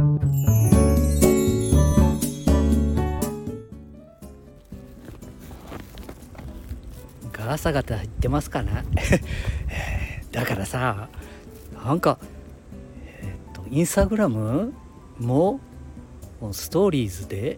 ガサガサ言ってますかなだからさ、なんか、インスタグラムもストーリーズで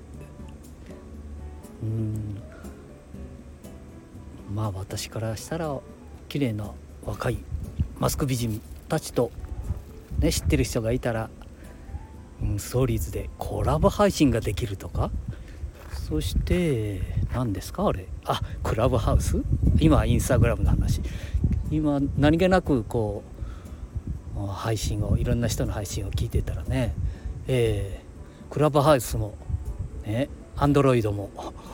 まあ私からしたら綺麗な若いマスク美人たちと、ね、知ってる人がいたら、ストーリーズでコラボ配信ができるとか、そして何ですかあれ、クラブハウス、今インスタグラムの話、今何気なくこう配信を、いろんな人の配信を聞いてたらね、クラブハウスもね、アンドロイドも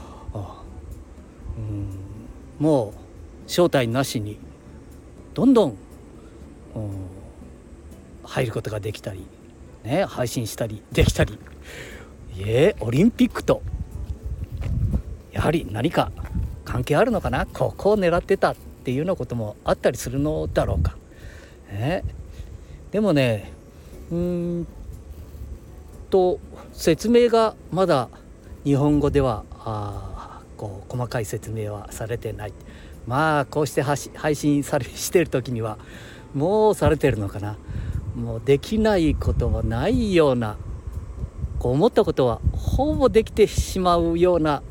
もう招待なしにどんどん入ることができたりね、配信したりできたり、オリンピックとやはり何か関係あるのかな、ここを狙ってたっていうようなこともあったりするのだろうか、でもね、説明がまだ日本語ではこう細かい説明はされてない。まあこうして配信してる時にはもうされてるのかな。もうできないことはないような、こう思ったことはほぼできてしまうような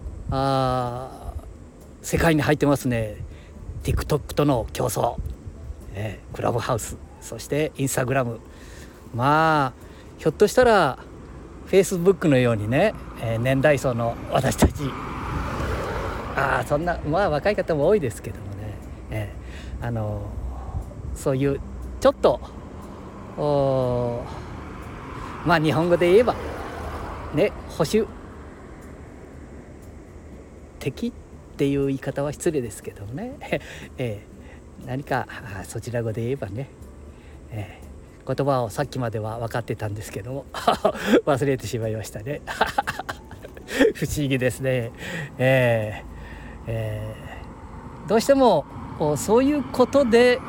世界に入ってますね。 TikTok との競争、クラブハウス、そしてインスタグラム、まあひょっとしたら Facebook のようにね、年代層の私たち、そんな若い方も多いですけどもね、そういうちょっと日本語で言えばね、保守的っていう言い方は失礼ですけどもね、何かそちら語で言えばね、言葉をさっきまでは分かってたんですけども忘れてしまいましたね不思議ですね、どうしてもそういうことで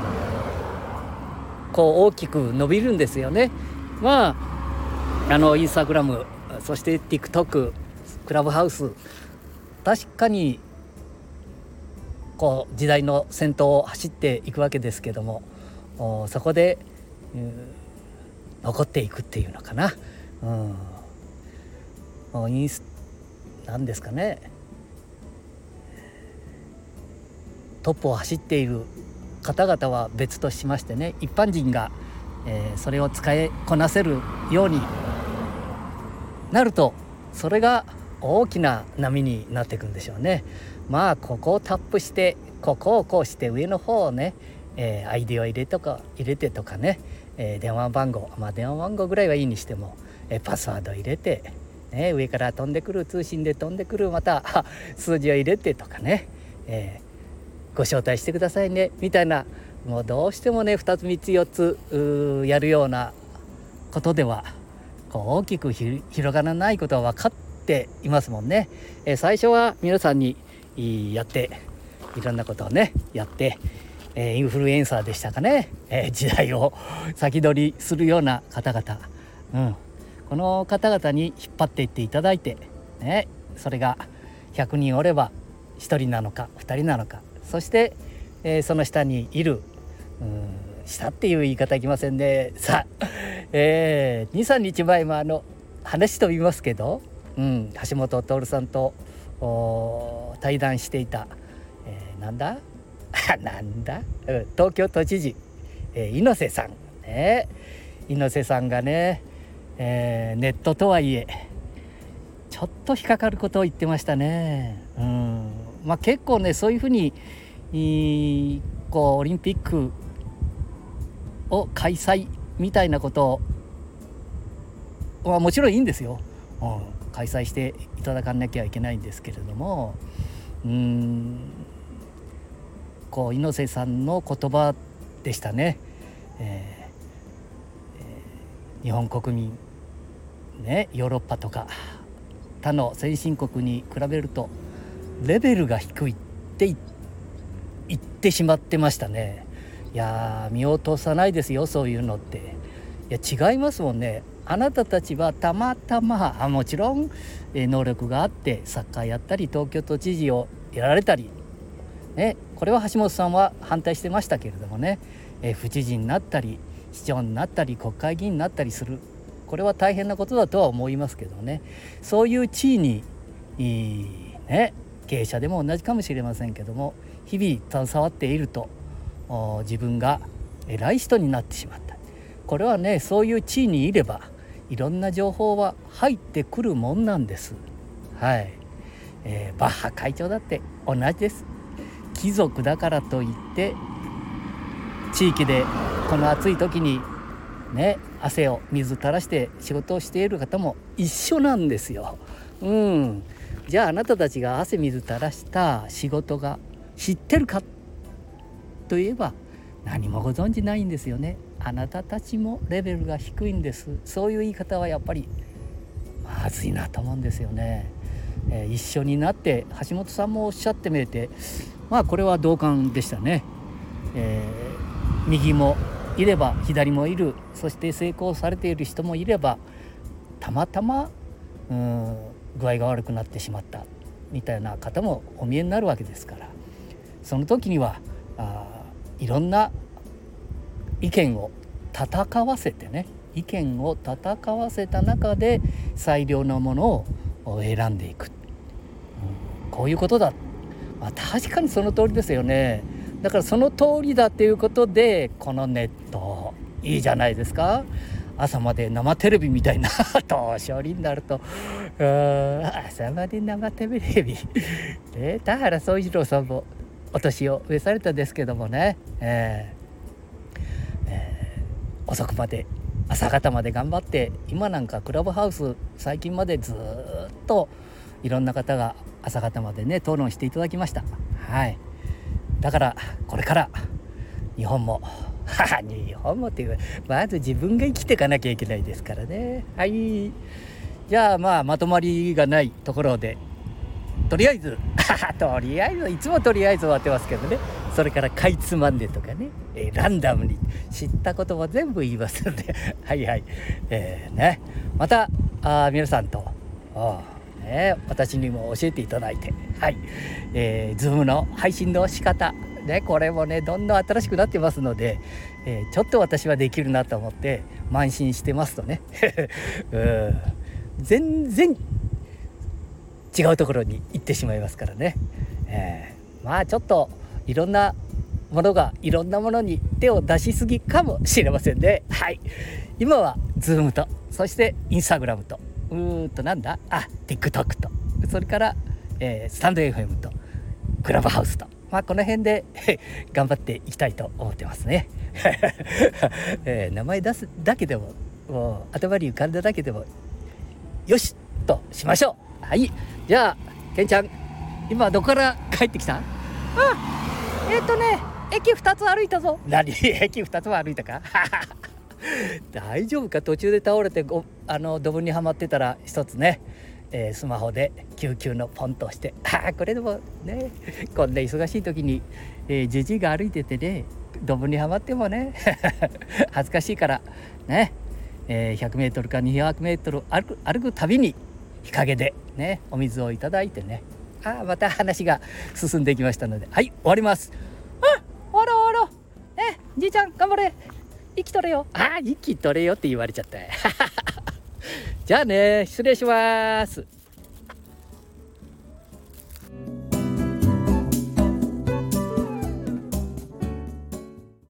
こう大きく伸びるんですよね。インスタグラム、そして TikTok、 クラブハウス、確かにこう時代の先頭を走っていくわけですけども、そこで、残っていくっていうのかな、なんですかね、トップを走っている方々は別としましてね、一般人が、それを使いこなせるようになると、それが大きな波になっていくんでしょうね。ここをタップして、ここをこうして上の方をね、ID を入れてとかね、電話番号ぐらいはいいにしても、パスワードを入れて、上から飛んでくる、通信で飛んでくる、また数字を入れてとかね、ご招待してくださいねみたいな、もうどうしてもね2つ3つ4つやるようなことではこう大きく広がらないことは分かっていますもんね。最初は皆さんにやっていろんなことをねやって、インフルエンサーでしたかね、時代を先取りするような方々、この方々に引っ張っていっていただいて、それが100人おれば1人なのか2人なのか、そして、その下にいる、下っていう言い方いきませんね。さあ、2、3日前も話と言いますけど、橋本徹さんと対談していた、東京都知事、猪瀬さん、猪瀬さんがね、ネットとはいえちょっと引っかかることを言ってましたね。結構ね、そういうふうにオリンピックを開催みたいなことはもちろんいいんですよ、開催していただかなきゃいけないんですけれども、猪瀬さんの言葉でしたね。日本国民ね、ヨーロッパとか他の先進国に比べるとレベルが低いって言ってしまってましたね。いや見落とさないですよ、そういうのって。いや違いますもんね。 あなたたちはたまたまもちろん能力があってサッカーやったり東京都知事をやられたり、ね、これは橋本さんは反対してましたけれどもね、府知事になったり市長になったり国会議員になったりする、これは大変なことだとは思いますけどね、そういう地位にね、経営者でも同じかもしれませんけども、日々携わっていると自分が偉い人になってしまった。これはね、そういう地位にいればいろんな情報は入ってくるもんなんです。はい、バッハ会長だって同じです。貴族だからといって地域でこの暑い時にね、汗を水垂らして仕事をしている方も一緒なんですよ。じゃああなたたちが汗水垂らした仕事が知ってるかといえば何もご存じないんですよね。あなたたちもレベルが低いんです。そういう言い方はやっぱりまずいなと思うんですよね。一緒になって橋本さんもおっしゃってみれて、これは同感でしたね。右もいれば左もいる、そして成功されている人もいればたまたま具合が悪くなってしまったみたいな方もお見えになるわけですから、その時にはいろんな意見を戦わせてね、意見を戦わせた中で最良のものを選んでいく、こういうことだ。確かにその通りですよね。だからその通りだということでこのネットいいじゃないですか。朝まで生テレビみたいな年寄りになると朝まで生テレビ田原総一郎さんもお年を召されたですけどもね、遅くまで朝方まで頑張って、今なんかクラブハウス最近までずっといろんな方が朝方までね討論していただきました。はい、だからこれから日本も日本もっていうまず自分が生きていかなきゃいけないですからね。はい、じゃあまとまりがないところでとりあえずいつもとりあえず終わってますけどね、それからかいつまんでとかね、ランダムに知ったことも全部言いますのでね、また皆さんと私にも教えていただいて、Zoom の配信の仕方ね、これもねどんどん新しくなってますので、ちょっと私はできるなと思って慢心してますとね全然違うところに行ってしまいますからね、ちょっといろんなものがいろんなものに手を出しすぎかもしれませんね。今は Zoom とそして Instagram とTikTok とそれから、スタンド FM とクラブハウスとこの辺で頑張っていきたいと思ってますね名前出すだけでも頭に浮かんだだけでもよしとしましょう。じゃあケンちゃん今どこから帰ってきた？駅2つ歩いたぞ。何駅2つも歩いたか大丈夫か？途中で倒れてドブにはまってたら一つね、スマホで救急のポンと押してこれでもね、こんな忙しい時にじじいが歩いててねドブにはまってもね恥ずかしいからね、100メートルか200メートル歩くたびに日陰でねお水をいただいてね、また話が進んできましたので終わります。終わろうじいちゃん頑張れ、生きとれよ。生きとれよって言われちゃったじゃあね、失礼します。